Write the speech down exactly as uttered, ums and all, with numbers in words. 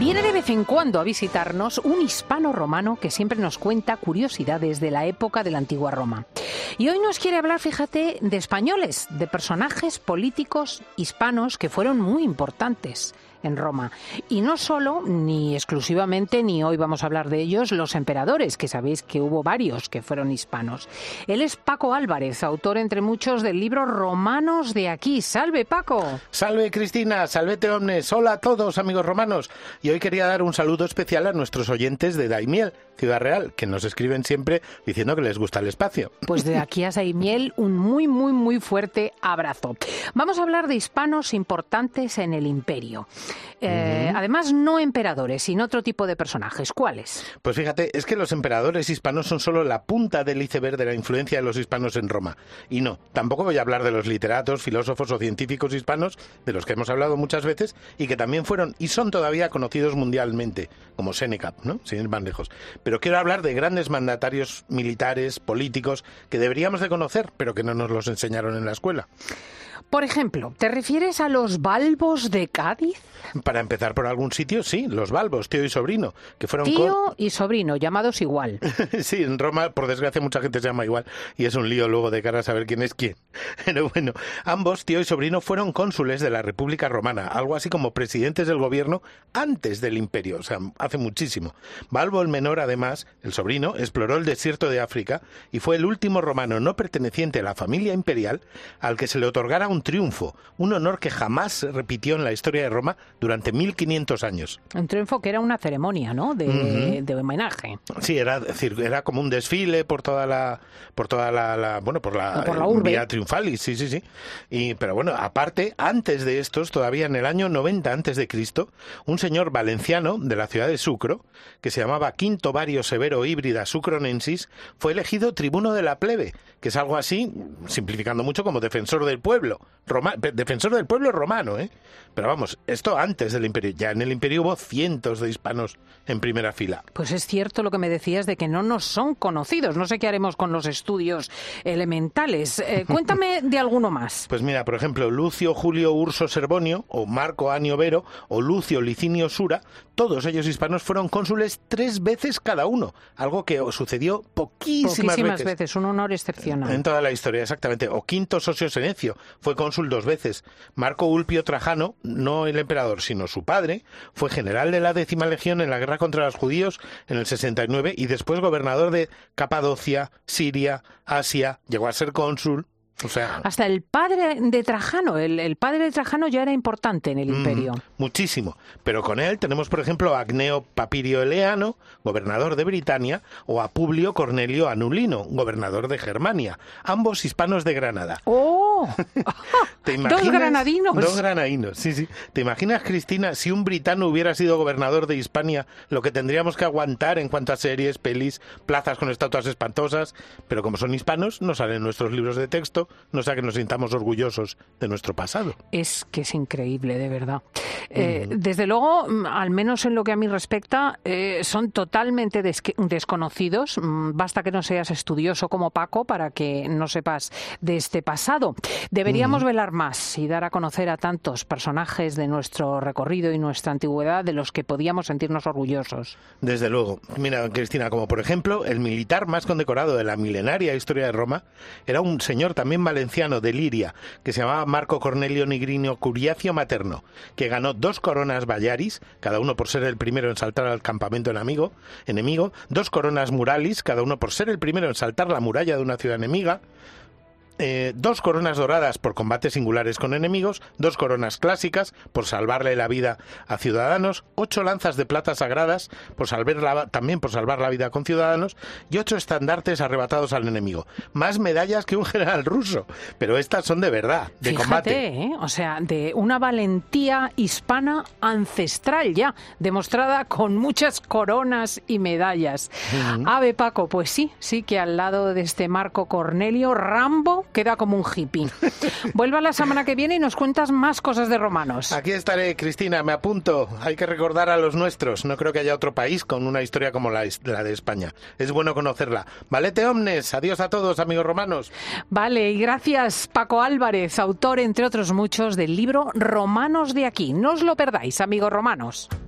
Viene de vez en cuando a visitarnos un hispano-romano que siempre nos cuenta curiosidades de la época de la antigua Roma. Y hoy nos quiere hablar, fíjate, de españoles, de personajes políticos hispanos que fueron muy importantes en Roma. Y no solo, ni exclusivamente, ni hoy vamos a hablar de ellos, los emperadores, que sabéis que hubo varios que fueron hispanos. Él es Paco Álvarez, autor entre muchos del libro Romanos de aquí. ¡Salve, Paco! ¡Salve, Cristina! ¡Salvete omnes! ¡Hola a todos, amigos romanos! Y hoy quería dar un saludo especial a nuestros oyentes de Daimiel, Ciudad Real, que nos escriben siempre diciendo que les gusta el espacio. Pues de aquí a Daimiel, un muy, muy, muy fuerte abrazo. Vamos a hablar de hispanos importantes en el Imperio. Eh, uh-huh. Además, no emperadores, sino otro tipo de personajes. ¿Cuáles? Pues fíjate, es que los emperadores hispanos son solo la punta del iceberg de la influencia de los hispanos en Roma. Y no, tampoco voy a hablar de los literatos, filósofos o científicos hispanos, de los que hemos hablado muchas veces, y que también fueron y son todavía conocidos mundialmente, como Séneca, ¿no? Sin ir más lejos. Pero quiero hablar de grandes mandatarios militares, políticos, que deberíamos de conocer, pero que no nos los enseñaron en la escuela. Por ejemplo, ¿te refieres a los Balbos de Cádiz? Para empezar por algún sitio, sí, los Balbos, tío y sobrino, que fueron Tío con... y sobrino, llamados igual. Sí, en Roma, por desgracia, mucha gente se llama igual y es un lío luego de cara a saber quién es quién. Pero bueno, ambos, tío y sobrino, fueron cónsules de la República Romana, algo así como presidentes del gobierno antes del Imperio, o sea, hace muchísimo. Balbo el menor, además, el sobrino, exploró el desierto de África y fue el último romano no perteneciente a la familia imperial al que se le otorgara un triunfo, un honor que jamás se repitió en la historia de Roma durante mil quinientos años. Un triunfo que era una ceremonia, ¿no? De, uh-huh. de homenaje. Sí, era, es decir, era como un desfile por toda la, por toda la, la bueno, por la, por la urbe. Vía Triunfalis, sí, sí, sí. Y, pero bueno, aparte, antes de estos, todavía en el año noventa antes de Cristo, un señor valenciano de la ciudad de Sucro, que se llamaba Quinto Vario Severo Híbrida Sucronensis, fue elegido tribuno de la plebe, que es algo así, simplificando mucho, como defensor del pueblo. Roma, defensor del pueblo romano, ¿eh? Pero vamos, esto antes del Imperio. Ya en el Imperio hubo cientos de hispanos en primera fila. Pues es cierto lo que me decías de que no nos son conocidos. No sé qué haremos con los estudios elementales. Eh, cuéntame de alguno más. Pues mira, por ejemplo, Lucio Julio Urso Serbonio, o Marco Anio Vero, o Lucio Licinio Sura, todos ellos hispanos fueron cónsules tres veces cada uno. Algo que sucedió poquísimas, poquísimas veces. veces. Un honor excepcional. En toda la historia, exactamente. O Quinto Sosio Senecio, fue cónsul dos veces. Marco Ulpio Trajano, no el emperador, sino su padre, fue general de la décima legión en la guerra contra los judíos en el sesenta y nueve y después gobernador de Capadocia, Siria, Asia, llegó a ser cónsul. O sea, hasta el padre de Trajano, el, el padre de Trajano ya era importante en el imperio. Mm, muchísimo, pero con él tenemos, por ejemplo, a Agneo Papirio Eleano, gobernador de Britania, o a Publio Cornelio Anulino, gobernador de Germania, ambos hispanos de Granada. ¡Oh! ¿Te imaginas? Dos granadinos. Dos granadinos, sí, sí. ¿Te imaginas, Cristina, si un britano hubiera sido gobernador de Hispania, lo que tendríamos que aguantar en cuanto a series, pelis, plazas con estatuas espantosas? Pero como son hispanos, no salen nuestros libros de texto, no sea que nos sintamos orgullosos de nuestro pasado. Es que es increíble, de verdad. Eh, uh-huh. Desde luego, al menos en lo que a mí respecta, eh, son totalmente des- desconocidos. Basta que no seas estudioso como Paco para que no sepas de este pasado. Deberíamos uh-huh. velar más y dar a conocer a tantos personajes de nuestro recorrido y nuestra antigüedad de los que podíamos sentirnos orgullosos. Desde luego. Mira, Cristina, como por ejemplo, el militar más condecorado de la milenaria historia de Roma era un señor también valenciano de Liria, que se llamaba Marco Cornelio Nigrinio Curiacio Materno, que ganó dos coronas Bayaris, cada uno por ser el primero en saltar al campamento enemigo, enemigo, dos coronas Muralis, cada uno por ser el primero en saltar la muralla de una ciudad enemiga, Eh, dos coronas doradas por combates singulares con enemigos, dos coronas clásicas por salvarle la vida a ciudadanos, ocho lanzas de plata sagradas por salvar la, también por salvar la vida con ciudadanos y ocho estandartes arrebatados al enemigo. Más medallas que un general ruso, pero estas son de verdad, de Fíjate, combate. ¿eh? O sea, de una valentía hispana ancestral ya, demostrada con muchas coronas y medallas. Uh-huh. Ave Paco, pues sí, sí que al lado de este Marco Cornelio, Rambo queda como un hippie. Vuelva la semana que viene y nos cuentas más cosas de romanos. Aquí estaré, Cristina, me apunto. Hay que recordar a los nuestros. No creo que haya otro país con una historia como la, la de España. Es bueno conocerla. Valete omnes. Adiós a todos, amigos romanos. Vale, y gracias, Paco Álvarez, autor, entre otros muchos, del libro Romanos de aquí. No os lo perdáis, amigos romanos.